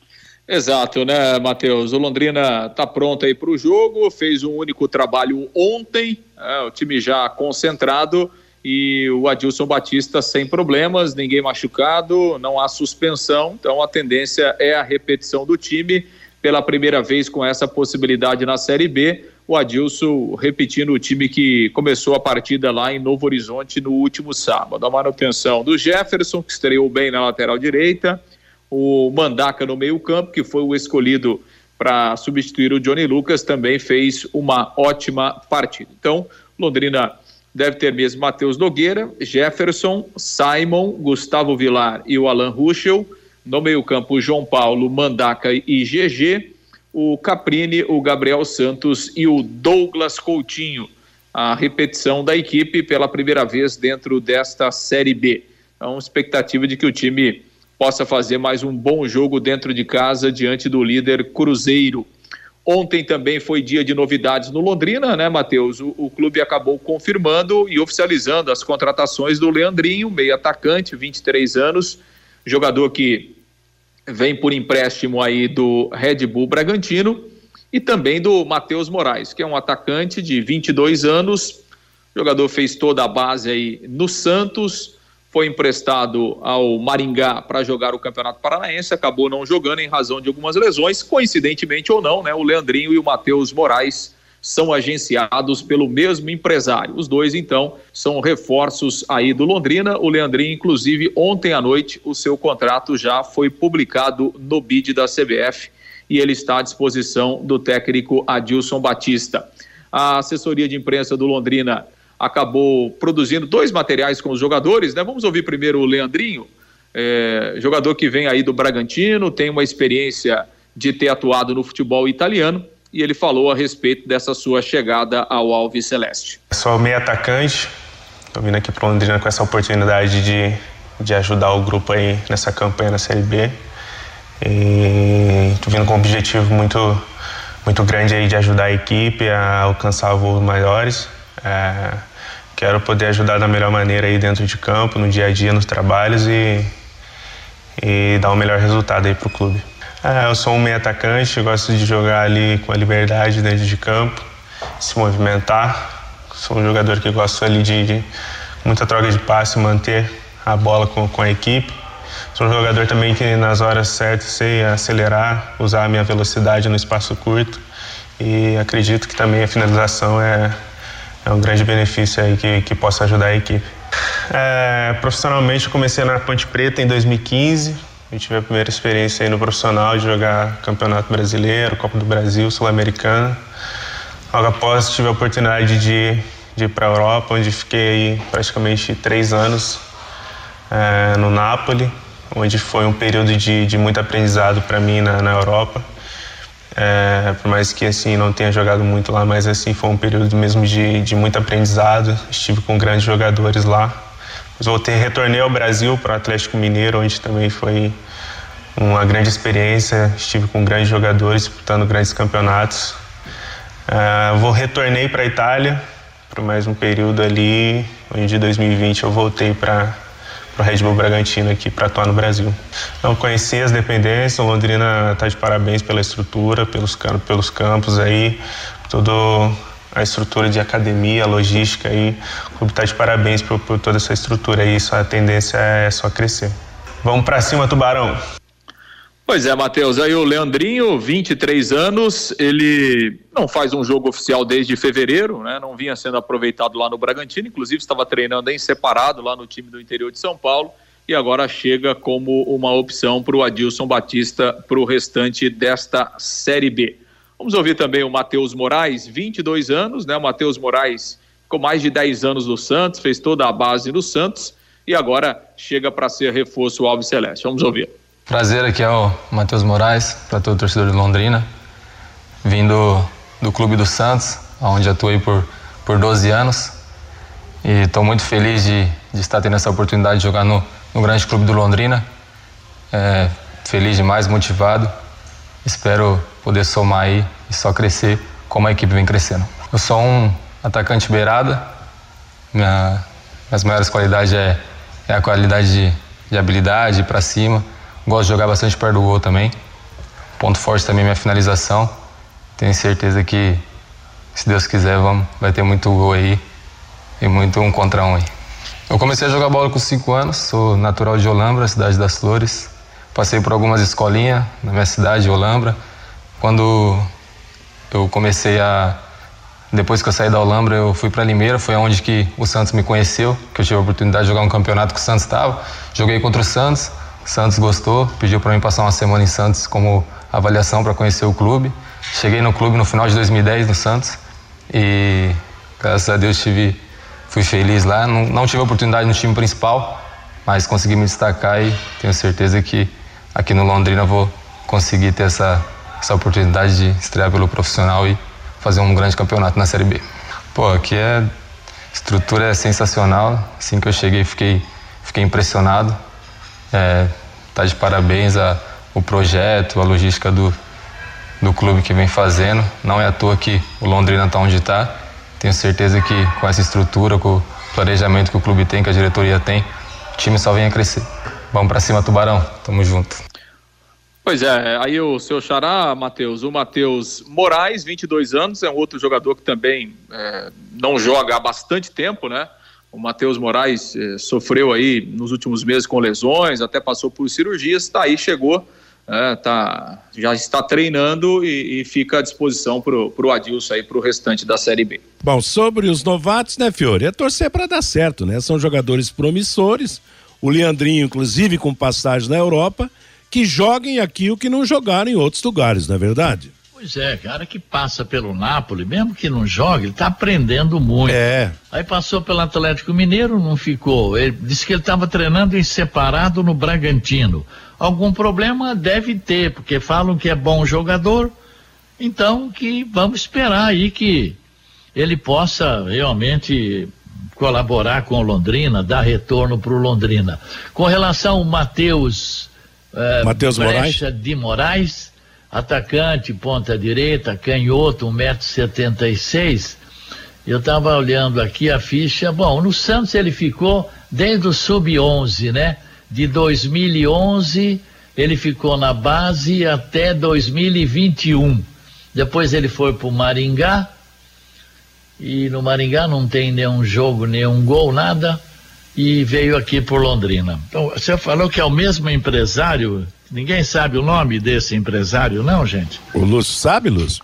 Exato, né, Matheus? O Londrina está pronto aí para o jogo, fez um único trabalho ontem, é, o time já concentrado e o Adilson Batista sem problemas, ninguém machucado, não há suspensão, então a tendência é a repetição do time pela primeira vez com essa possibilidade na Série B. O Adilson repetindo o time que começou a partida lá em Novo Horizonte no último sábado. A manutenção do Jefferson, que estreou bem na lateral direita, o Mandaca no meio campo, que foi o escolhido para substituir o Johnny Lucas, também fez uma ótima partida. Então, Londrina deve ter mesmo Matheus Nogueira, Jefferson, Simon, Gustavo Vilar e o Alan Ruschel. No meio-campo, João Paulo, Mandaca e G G. O Caprini, o Gabriel Santos e o Douglas Coutinho. A repetição da equipe pela primeira vez dentro desta Série B. Então, expectativa de que o time possa fazer mais um bom jogo dentro de casa diante do líder Cruzeiro. Ontem também foi dia de novidades no Londrina, né, Matheus? O, o clube acabou confirmando e oficializando as contratações do Leandrinho, meio atacante, vinte e três anos, jogador que vem por empréstimo aí do Red Bull Bragantino, e também do Matheus Moraes, que é um atacante de vinte e dois anos, o jogador fez toda a base aí no Santos, foi emprestado ao Maringá para jogar o Campeonato Paranaense, acabou não jogando em razão de algumas lesões, coincidentemente ou não, né? O Leandrinho e o Matheus Moraes são agenciados pelo mesmo empresário. Os dois, então, são reforços aí do Londrina. O Leandrinho, inclusive, ontem à noite, o seu contrato já foi publicado no B I D da C B F e ele está à disposição do técnico Adilson Batista. A assessoria de imprensa do Londrina acabou produzindo dois materiais com os jogadores, né? Vamos ouvir primeiro o Leandrinho, é, jogador que vem aí do Bragantino, tem uma experiência de ter atuado no futebol italiano, e ele falou a respeito dessa sua chegada ao Alves Celeste. Sou meio atacante, estou vindo aqui para Londrina com essa oportunidade de, de ajudar o grupo aí nessa campanha na Série B. E estou vindo com um objetivo muito, muito grande aí de ajudar a equipe a alcançar voos maiores. É, quero poder ajudar da melhor maneira aí dentro de campo, no dia a dia, nos trabalhos e, e dar o melhor resultado aí para o clube. É, eu sou um meio atacante, gosto de jogar ali com a liberdade dentro de campo, se movimentar. Sou um jogador que gosto ali de, de muita troca de passe, manter a bola com, com a equipe. Sou um jogador também que nas horas certas sei acelerar, usar a minha velocidade no espaço curto, e acredito que também a finalização é, é um grande benefício aí que, que possa ajudar a equipe. É, profissionalmente eu comecei na Ponte Preta em dois mil e quinze, eu tive a primeira experiência aí no profissional de jogar Campeonato Brasileiro, Copa do Brasil, Sul-Americana. Logo após tive a oportunidade de, de ir para a Europa, onde fiquei aí praticamente três anos é, no Napoli, onde foi um período de, de muito aprendizado para mim na, na Europa. É, por mais que assim não tenha jogado muito lá, mas assim foi um período mesmo de, de muito aprendizado. Estive com grandes jogadores lá. Voltei, retornei ao Brasil, para o Atlético Mineiro, onde também foi uma grande experiência. Estive com grandes jogadores, disputando grandes campeonatos. Uh, vou retornei para a Itália por mais um período ali, onde em dois mil e vinte eu voltei para o Red Bull Bragantino aqui para atuar no Brasil. Não conheci as dependências, o Londrina está de parabéns pela estrutura, pelos, pelos campos aí, todo a estrutura de academia, logística aí, o clube está de parabéns por, por toda essa estrutura aí, só a tendência é só crescer. Vamos para cima, Tubarão! Pois é, Matheus, aí o Leandrinho, vinte e três anos, ele não faz um jogo oficial desde fevereiro, né? Não vinha sendo aproveitado lá no Bragantino, inclusive estava treinando em separado lá no time do interior de São Paulo, e agora chega como uma opção para o Adilson Batista para o restante desta Série B. Vamos ouvir também o Matheus Moraes, vinte e dois anos, né? O Matheus Moraes com mais de dez anos no Santos, fez toda a base no Santos e agora chega para ser reforço o Alves Celeste. Vamos ouvir. Prazer, aqui é o Matheus Moraes, para todo torcedor de Londrina, vindo do Clube do Santos, onde atuei por, por doze anos, e estou muito feliz de, de estar tendo essa oportunidade de jogar no, no grande clube do Londrina. É, feliz demais, motivado, espero poder somar aí e só crescer como a equipe vem crescendo. Eu sou um atacante beirada, minha, minhas maiores qualidades é, é a qualidade de, de habilidade, para cima. Gosto de jogar bastante perto do gol também. Ponto forte também é minha finalização. Tenho certeza que, se Deus quiser, vamos, vai ter muito gol aí e muito um contra um aí. Eu comecei a jogar bola com cinco anos, sou natural de Olambra, cidade das Flores. Passei por algumas escolinhas na minha cidade, Olambra. Quando eu comecei a... Depois que eu saí da Olambra, eu fui para Limeira, foi onde que o Santos me conheceu, que eu tive a oportunidade de jogar um campeonato que o Santos estava. Joguei contra o Santos. Santos gostou, pediu para mim passar uma semana em Santos como avaliação para conhecer o clube. Cheguei no clube no final de dois mil e dez, no Santos, e graças a Deus tive fui feliz lá, não, não tive oportunidade no time principal, mas consegui me destacar e tenho certeza que aqui no Londrina vou conseguir ter essa, essa oportunidade de estrear pelo profissional e fazer um grande campeonato na Série B. Pô, aqui é, a estrutura é sensacional, assim que eu cheguei fiquei, fiquei impressionado, é, tá de parabéns a, o projeto, a logística do, do clube que vem fazendo, não é à toa que o Londrina está onde está, tenho certeza que com essa estrutura, com o planejamento que o clube tem, que a diretoria tem, o time só vem a crescer. Vamos pra cima, Tubarão. Tamo junto. Pois é, aí o seu xará, Matheus, o Matheus Moraes, vinte e dois anos, é um outro jogador que também é, não joga há bastante tempo, né? O Matheus Moraes é, sofreu aí nos últimos meses com lesões, até passou por cirurgias, tá aí, chegou, é, tá, já está treinando e, e fica à disposição pro, pro Adilson aí, pro restante da Série B. Bom, sobre os novatos, né, Fiore? É torcer para dar certo, né? São jogadores promissores, o Leandrinho, inclusive, com passagem na Europa, que joguem aqui o que não jogaram em outros lugares, não é verdade? Pois é, cara que passa pelo Napoli, mesmo que não jogue, ele tá aprendendo muito. É. Aí passou pelo Atlético Mineiro, não ficou. Ele disse que ele estava treinando em separado no Bragantino. Algum problema deve ter, porque falam que é bom jogador, então que vamos esperar aí que ele possa realmente colaborar com o Londrina, dar retorno para o Londrina. Com relação ao Matheus eh, Matheus Moraes de Moraes, atacante, ponta direita, canhoto, um metro e setenta e seis, eu estava olhando aqui a ficha. Bom, no Santos ele ficou desde o sub onze, né? De dois mil e onze ele ficou na base até dois mil e vinte e um. Depois ele foi para o Maringá, e no Maringá não tem nenhum jogo, nenhum gol, nada, e veio aqui por Londrina. Então, você falou que é o mesmo empresário, ninguém sabe o nome desse empresário, não, gente? O Lúcio sabe, Lúcio?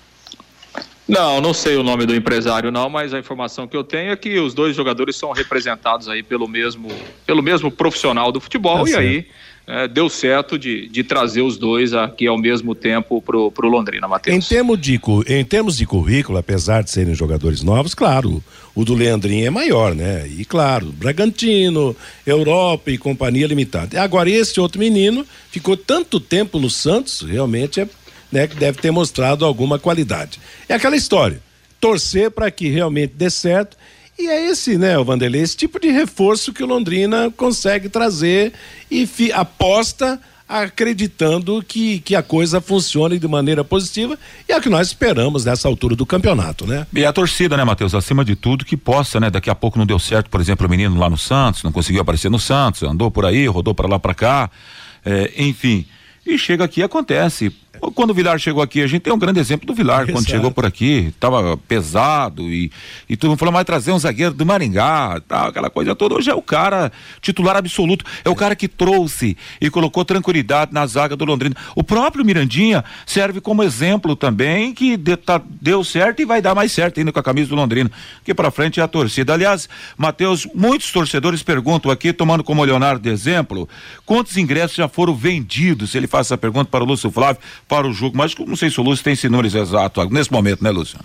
Não, não sei o nome do empresário não, mas a informação que eu tenho é que os dois jogadores são representados aí pelo mesmo, pelo mesmo profissional do futebol, tá, e certo. Aí é, deu certo de, de trazer os dois aqui ao mesmo tempo pro, pro Londrina, Matheus. Em termos de, em termos de currículo, apesar de serem jogadores novos, claro, o do Leandrinho é maior, né? E claro, Bragantino, Europa e Companhia Limitada. Agora esse outro menino ficou tanto tempo no Santos, realmente é, né, que deve ter mostrado alguma qualidade. É aquela história, torcer para que realmente dê certo, e é esse, né, o Vanderlei, esse tipo de reforço que o Londrina consegue trazer e fi, aposta acreditando que, que a coisa funcione de maneira positiva, e é o que nós esperamos nessa altura do campeonato, né? E a torcida, né, Matheus, acima de tudo, que possa, né, daqui a pouco não deu certo, por exemplo, o menino lá no Santos, não conseguiu aparecer no Santos, andou por aí, rodou para lá para cá, é, enfim, e chega aqui e acontece. Quando o Vilar chegou aqui, a gente tem um grande exemplo do Vilar. Exato. Quando chegou por aqui, estava pesado e, e todo mundo falou, mas trazer um zagueiro do Maringá, tal, aquela coisa toda. Hoje é o cara titular absoluto, é o cara que trouxe e colocou tranquilidade na zaga do Londrina. O próprio Mirandinha serve como exemplo também, que de, tá, deu certo e vai dar mais certo ainda com a camisa do Londrina, que pra frente é a torcida. Aliás, Matheus, muitos torcedores perguntam aqui, tomando como Leonardo de exemplo, quantos ingressos já foram vendidos? Se ele faz essa pergunta para o Lúcio Flávio, para o jogo, mas não sei se o Lúcio tem esse número exato nesse momento, né, Lúcio?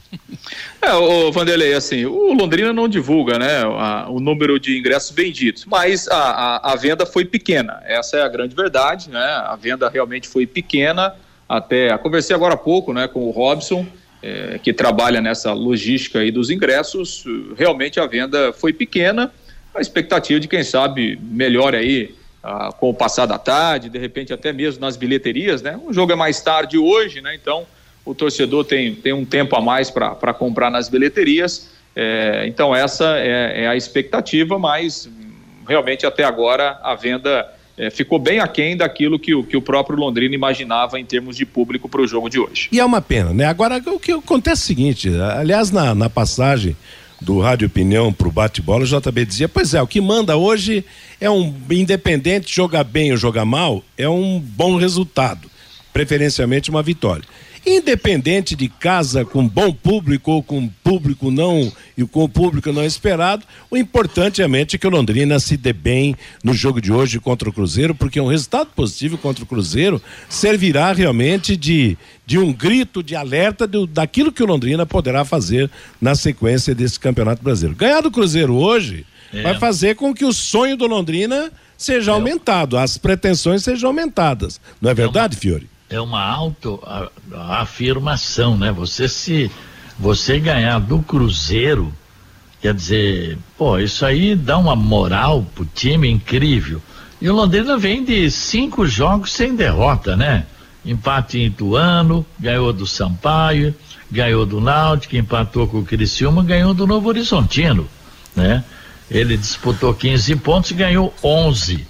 É, o Vanderlei, assim, o Londrina não divulga, né, a, o número de ingressos vendidos, mas a, a, a venda foi pequena, essa é a grande verdade, né, a venda realmente foi pequena, até, conversei agora há pouco, né, com o Robson, é, que trabalha nessa logística aí dos ingressos, realmente a venda foi pequena, a expectativa de quem sabe melhore aí, Ah, com o passar da tarde, de repente até mesmo nas bilheterias, né? O jogo é mais tarde hoje, né? Então o torcedor tem, tem um tempo a mais para comprar nas bilheterias, é, então essa é, é a expectativa, mas realmente até agora a venda é, ficou bem aquém daquilo que o, que o próprio Londrina imaginava em termos de público para o jogo de hoje. E é uma pena, né? Agora o que acontece é o seguinte, aliás na, na passagem do Rádio Opinião pro bate-bola, o J B dizia, pois é, o que manda hoje é um independente, jogar bem ou jogar mal, é um bom resultado, preferencialmente uma vitória. Independente de casa com bom público ou com público não e com público não esperado, o importante é que o Londrina se dê bem no jogo de hoje contra o Cruzeiro, porque um resultado positivo contra o Cruzeiro servirá realmente de, de um grito de alerta do, daquilo que o Londrina poderá fazer na sequência desse Campeonato Brasileiro. Ganhar do Cruzeiro hoje é. vai fazer com que o sonho do Londrina seja é. aumentado, as pretensões sejam aumentadas. Não é verdade, é uma, Fiore? É uma autoafirmação, né? Você se você ganhar do Cruzeiro, quer dizer, pô, isso aí dá uma moral pro time incrível. E o Londrina vem de cinco jogos sem derrota, né? Empate em Ituano, ganhou do Sampaio, ganhou do Náutico, empatou com o Criciúma, ganhou do Novo Horizontino, né? Ele disputou quinze pontos e ganhou onze.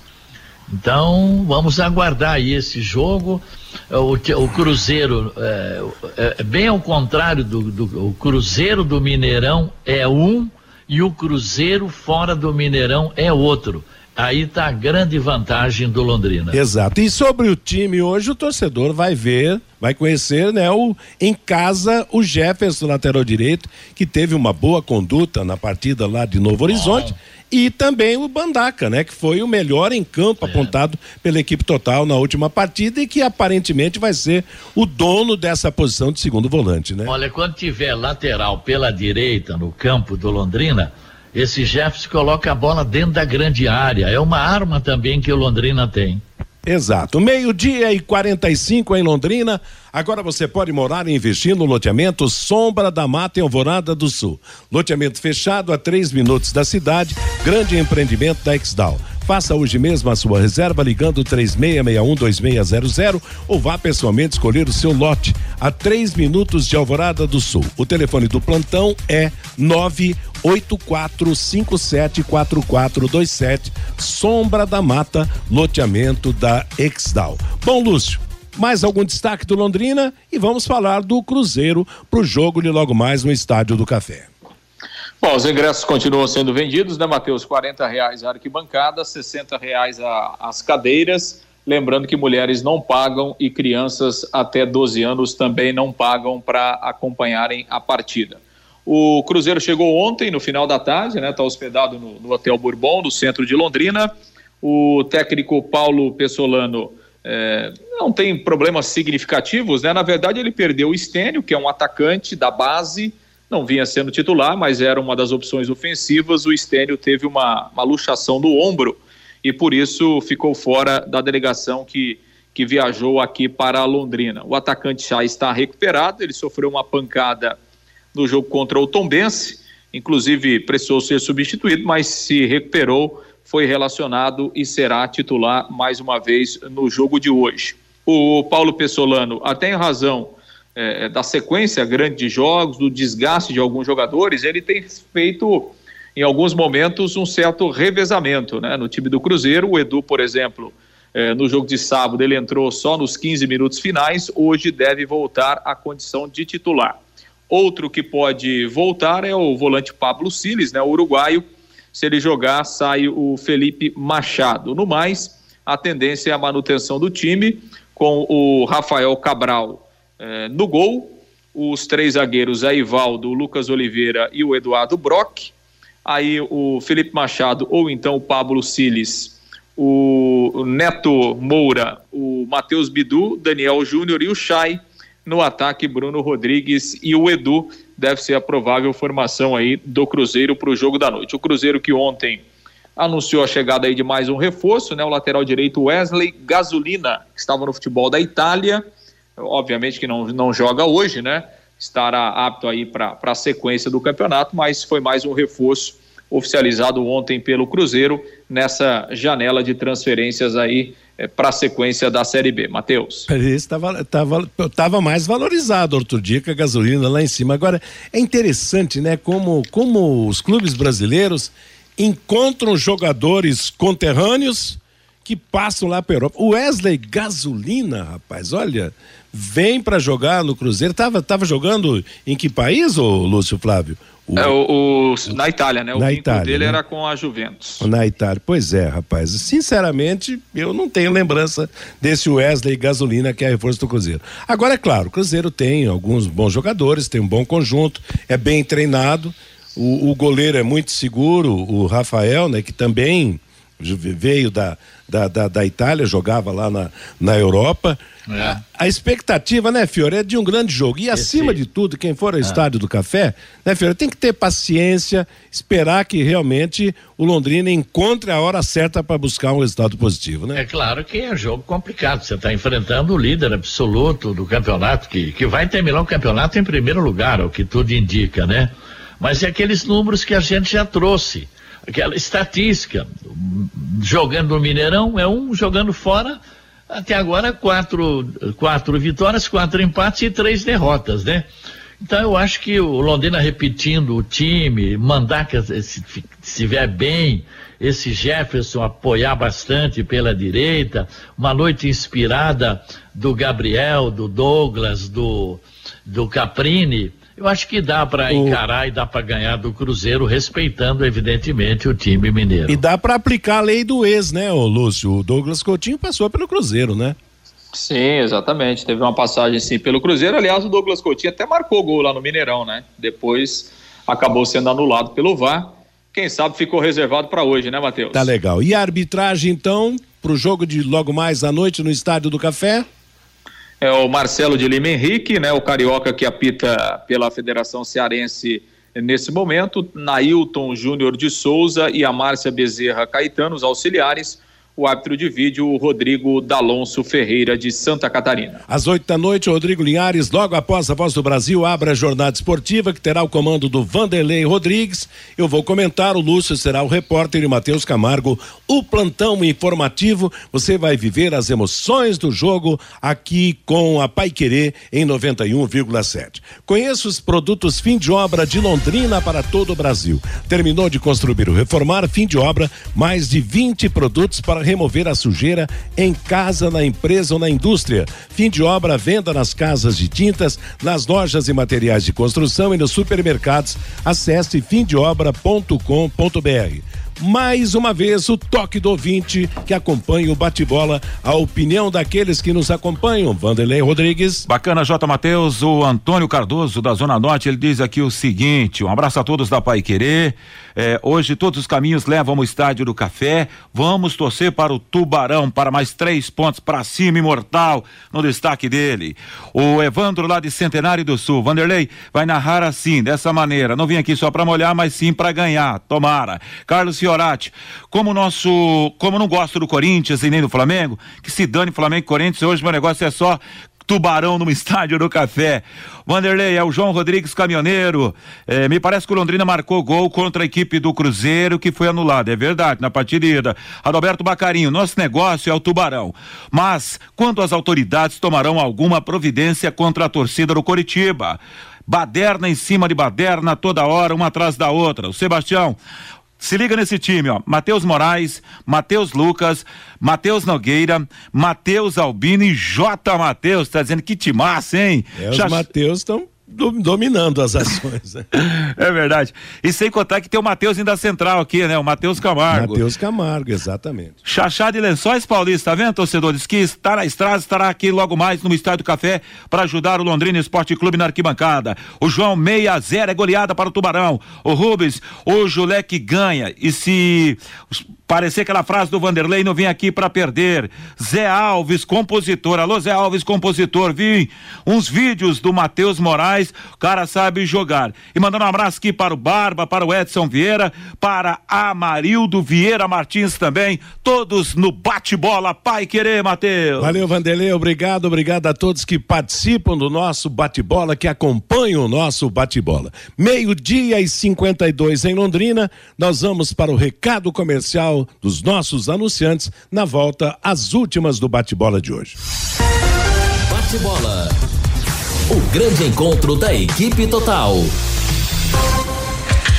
Então, vamos aguardar aí esse jogo. O, o Cruzeiro, é, é, bem ao contrário do, do o Cruzeiro do Mineirão é um e o Cruzeiro fora do Mineirão é outro. Aí está a grande vantagem do Londrina. Exato. E sobre o time hoje, o torcedor vai ver, vai conhecer, né, o, em casa, o Jefferson, lateral direito, que teve uma boa conduta na partida lá de Novo Horizonte. Oh. E também o Bandaca, né, que foi o melhor em campo, é. apontado pela equipe total na última partida e que aparentemente vai ser o dono dessa posição de segundo volante, né? Olha, quando tiver lateral pela direita no campo do Londrina, esse Jefferson coloca a bola dentro da grande área. É uma arma também que o Londrina tem. Exato. Meio-dia e quarenta e cinco em Londrina. Agora você pode morar e investir no loteamento Sombra da Mata em Alvorada do Sul. Loteamento fechado a três minutos da cidade. Grande empreendimento da Exdal. Faça hoje mesmo a sua reserva ligando três seis seis um dois seis zero zero ou vá pessoalmente escolher o seu lote a três minutos de Alvorada do Sul. O telefone do plantão é nove oito quatro cinco sete quatro quatro dois sete. Sombra da Mata, loteamento da Exdal. Bom, Lúcio, mais algum destaque do Londrina e vamos falar do Cruzeiro pro jogo de logo mais no Estádio do Café. Bom, os ingressos continuam sendo vendidos, né, Matheus? quarenta reais a arquibancada, sessenta reais a, as cadeiras. Lembrando que mulheres não pagam e crianças até doze anos também não pagam para acompanharem a partida. O Cruzeiro chegou ontem, no final da tarde, né? Está hospedado no, no Hotel Bourbon, no centro de Londrina. O técnico Paulo Pessolano é, não tem problemas significativos, né? Na verdade, ele perdeu o Stênio, que é um atacante da base, não vinha sendo titular, mas era uma das opções ofensivas. O Stênio teve uma, uma luxação do ombro e por isso ficou fora da delegação que, que viajou aqui para Londrina. O atacante já está recuperado, ele sofreu uma pancada no jogo contra o Tombense, inclusive precisou ser substituído, mas se recuperou, foi relacionado e será titular mais uma vez no jogo de hoje. O Paulo Pessolano até em razão É, da sequência grande de jogos, do desgaste de alguns jogadores, ele tem feito em alguns momentos um certo revezamento, né? No time do Cruzeiro, o Edu, por exemplo, é, no jogo de sábado ele entrou só nos quinze minutos finais, hoje deve voltar à condição de titular. Outro que pode voltar é o volante Pablo Siles, né? O uruguaio, se ele jogar sai o Felipe Machado. No mais, a tendência é a manutenção do time com o Rafael Cabral É, no gol, os três zagueiros, Aivaldo, o Lucas Oliveira e o Eduardo Brock. Aí o Felipe Machado ou então o Pablo Siles, o Neto Moura, o Matheus Bidu, Daniel Júnior e o Chay. No ataque, Bruno Rodrigues e o Edu. Deve ser a provável formação aí do Cruzeiro para o jogo da noite. O Cruzeiro que ontem anunciou a chegada aí de mais um reforço, né? O lateral direito Wesley Gasolina, que estava no futebol da Itália. Obviamente que não, não joga hoje, né? Estará apto aí para a sequência do campeonato, mas foi mais um reforço oficializado ontem pelo Cruzeiro nessa janela de transferências aí é, para a sequência da Série B. Matheus. Esse tava, tava, tava mais valorizado outro dia que a gasolina lá em cima. Agora, é interessante, né? Como, como os clubes brasileiros encontram jogadores conterrâneos que passam lá para a Europa. O Wesley Gasolina, rapaz, olha, vem para jogar no Cruzeiro. Tava, tava jogando em que país, ô Lúcio Flávio? O, é, o, o, na Itália, né? O vínculo Itália, dele né? era com a Juventus. Na Itália. Pois é, rapaz. Sinceramente, eu não tenho lembrança desse Wesley Gasolina, que é reforço do Cruzeiro. Agora, é claro, o Cruzeiro tem alguns bons jogadores, tem um bom conjunto, é bem treinado. O, o goleiro é muito seguro, o Rafael, né? Que também veio da, da, da, da Itália, jogava lá na, na Europa. É. A, a expectativa, né, Fiore, é de um grande jogo. E Esse... acima de tudo, quem for ao é. Estádio do Café, né, Fiore, tem que ter paciência, esperar que realmente o Londrina encontre a hora certa para buscar um resultado positivo, né? É claro que é um jogo complicado. Você está enfrentando o líder absoluto do campeonato, que, que vai terminar o campeonato em primeiro lugar, o que tudo indica, né? Mas é aqueles números que a gente já trouxe. Aquela estatística, jogando no Mineirão é um, jogando fora, até agora quatro, quatro vitórias, quatro empates e três derrotas, né? Então eu acho que o Londrina repetindo o time, mandar que se estiver bem, esse Jefferson apoiar bastante pela direita, uma noite inspirada do Gabriel, do Douglas, do, do Caprini. Eu acho que dá para encarar e dá para ganhar do Cruzeiro, respeitando, evidentemente, o time mineiro. E dá para aplicar a lei do ex, né, ô Lúcio? O Douglas Coutinho passou pelo Cruzeiro, né? Sim, exatamente. Teve uma passagem, sim, pelo Cruzeiro. Aliás, o Douglas Coutinho até marcou gol lá no Mineirão, né? Depois acabou sendo anulado pelo V A R. Quem sabe ficou reservado para hoje, né, Matheus? Tá legal. E a arbitragem, então, pro jogo de logo mais à noite no Estádio do Café? É o Marcelo de Lima Henrique, né, o carioca que apita pela Federação Cearense nesse momento, Nailton Júnior de Souza e a Márcia Bezerra Caetano, os auxiliares. O árbitro de vídeo, o Rodrigo D'Alonso Ferreira, de Santa Catarina. Às oito da noite, Rodrigo Linhares, logo após a Voz do Brasil, abre a jornada esportiva, que terá o comando do Vanderlei Rodrigues. Eu vou comentar, o Lúcio será o repórter e o Matheus Camargo, o plantão informativo. Você vai viver as emoções do jogo aqui com a Paiquerê em noventa e um vírgula sete. Conheça os produtos fim de obra de Londrina para todo o Brasil. Terminou de construir ou reformar, fim de obra, mais de vinte produtos para remover a sujeira em casa, na empresa ou na indústria. Fim de obra, venda nas casas de tintas, nas lojas e materiais de construção e nos supermercados. Acesse fim de obra ponto com ponto br. Mais uma vez o toque do ouvinte que acompanha o bate-bola, a opinião daqueles que nos acompanham. Vanderlei Rodrigues. Bacana, J. Matheus. O Antônio Cardoso da Zona Norte, ele diz aqui o seguinte: um abraço a todos da Paiquerê. É, hoje todos os caminhos levam ao Estádio do Café. Vamos torcer para o Tubarão, para mais três pontos para cima, imortal no destaque dele. O Evandro lá de Centenário do Sul. Vanderlei vai narrar assim, dessa maneira. Não vim aqui só para molhar, mas sim para ganhar. Tomara. Carlos Fiorati, como nosso, como não gosto do Corinthians e nem do Flamengo, que se dane Flamengo e Corinthians, hoje meu negócio é só Tubarão no Estádio do Café. Vanderlei, é o João Rodrigues Caminhoneiro. É, me parece que o Londrina marcou gol contra a equipe do Cruzeiro, que foi anulado. É verdade, na partida ida. Adalberto Bacarinho, nosso negócio é o Tubarão. Mas, quando as autoridades tomarão alguma providência contra a torcida do Coritiba? Baderna em cima de baderna, toda hora, uma atrás da outra. O Sebastião, se liga nesse time, ó. Matheus Moraes, Matheus Lucas, Matheus Nogueira, Matheus Albino e J. Matheus. Tá dizendo que timaço, hein? É, os Já... Matheus estão dominando as ações. Né? É verdade. E sem contar que tem o Matheus da Central aqui, né? O Matheus Camargo. Matheus Camargo, exatamente. Chachá de Lençóis Paulista, tá vendo, torcedor? Diz que está na estrada, estará aqui logo mais no Estádio do Café para ajudar o Londrina Esporte Clube na arquibancada. O João seis a zero é goleada para o Tubarão. O Rubens, o Juleque ganha. E se parecer aquela frase do Vanderlei, não vem aqui para perder. Zé Alves, compositor. Alô, Zé Alves, compositor. Vi uns vídeos do Matheus Moraes, o cara sabe jogar. E mandando um abraço aqui para o Barba, para o Edson Vieira, para Amarildo Vieira Martins também, todos no bate-bola Paiquerê, Matheus. Valeu, Vanderlei, obrigado, obrigado a todos que participam do nosso bate-bola, que acompanham o nosso bate-bola. Meio-dia e cinquenta e dois em Londrina, nós vamos para o recado comercial dos nossos anunciantes, na volta às últimas do bate-bola de hoje. Bate-bola. O grande encontro da equipe total.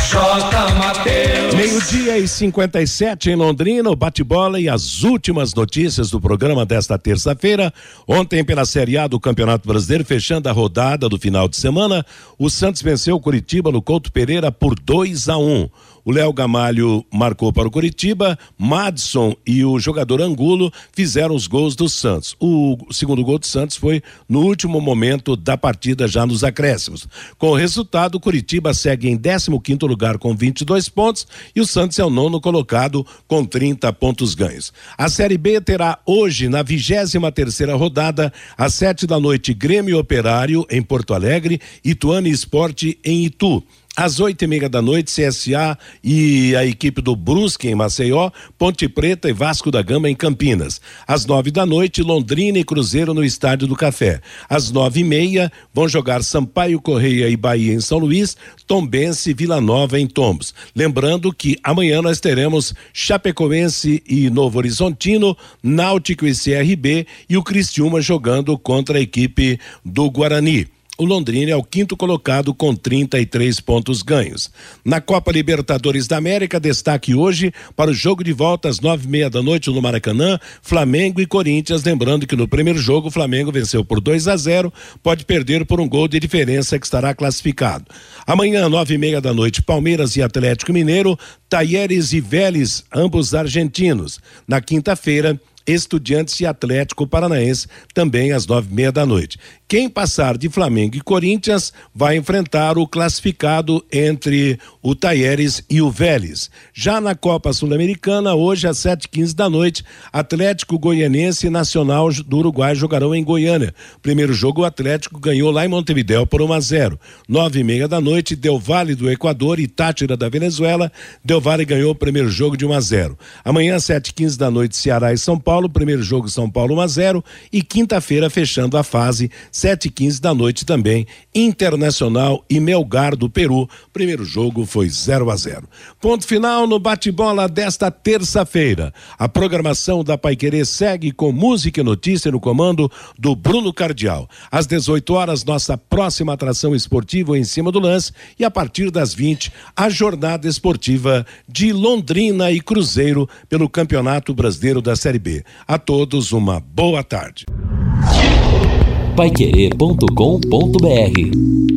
J. Mateus. Meio-dia e cinquenta e sete em Londrina, o bate-bola e as últimas notícias do programa desta terça-feira. Ontem, pela Série A do Campeonato Brasileiro, fechando a rodada do final de semana, o Santos venceu o Curitiba no Couto Pereira por dois a um. O Léo Gamalho marcou para o Curitiba, Madson e o jogador Angulo fizeram os gols do Santos. O segundo gol do Santos foi no último momento da partida, já nos acréscimos. Com o resultado, o Curitiba segue em décimo quinto lugar com vinte e dois pontos e o Santos é o nono colocado com trinta pontos ganhos. A Série B terá hoje, na vigésima terceira rodada, às sete da noite, Grêmio Operário em Porto Alegre, Ituano Esporte em Itu. Às oito e meia da noite, C S A e a equipe do Brusque em Maceió, Ponte Preta e Vasco da Gama em Campinas. Às nove da noite, Londrina e Cruzeiro no Estádio do Café. Às nove e meia, vão jogar Sampaio Correia e Bahia em São Luís, Tombense e Vila Nova em Tombos. Lembrando que amanhã nós teremos Chapecoense e Novo Horizontino, Náutico e C R B e o Criciúma jogando contra a equipe do Guarani. O Londrina é o quinto colocado com trinta e três pontos ganhos. Na Copa Libertadores da América, destaque hoje para o jogo de volta às nove e meia da noite no Maracanã, Flamengo e Corinthians. Lembrando que no primeiro jogo o Flamengo venceu por dois a zero, pode perder por um gol de diferença que estará classificado. Amanhã, nove e meia da noite, Palmeiras e Atlético Mineiro, Talleres e Vélez, ambos argentinos. Na quinta-feira, Estudiantes e Atlético Paranaense, também às nove e meia da noite. Quem passar de Flamengo e Corinthians vai enfrentar o classificado entre o Talleres e o Vélez. Já na Copa Sul-Americana, hoje às sete e quinze da noite, Atlético Goianense e Nacional do Uruguai jogarão em Goiânia. Primeiro jogo, o Atlético ganhou lá em Montevidéu por um a zero. Nove e meia da noite, Del Valle do Equador e Táchira da Venezuela. Del Valle ganhou o primeiro jogo de um a zero. Amanhã, às sete e quinze da noite, Ceará e São Paulo. Primeiro jogo, São Paulo um a zero. E quinta-feira, fechando a fase, sete e quinze da noite também, Internacional e Melgar do Peru. Primeiro jogo foi zero a zero. Ponto final no bate-bola desta terça-feira. A programação da Paiquerê segue com música e notícia no comando do Bruno Cardial. Às dezoito horas, nossa próxima atração esportiva em cima do lance, e a partir das vinte, a jornada esportiva de Londrina e Cruzeiro pelo Campeonato Brasileiro da Série B. A todos uma boa tarde. paiquerê ponto com ponto br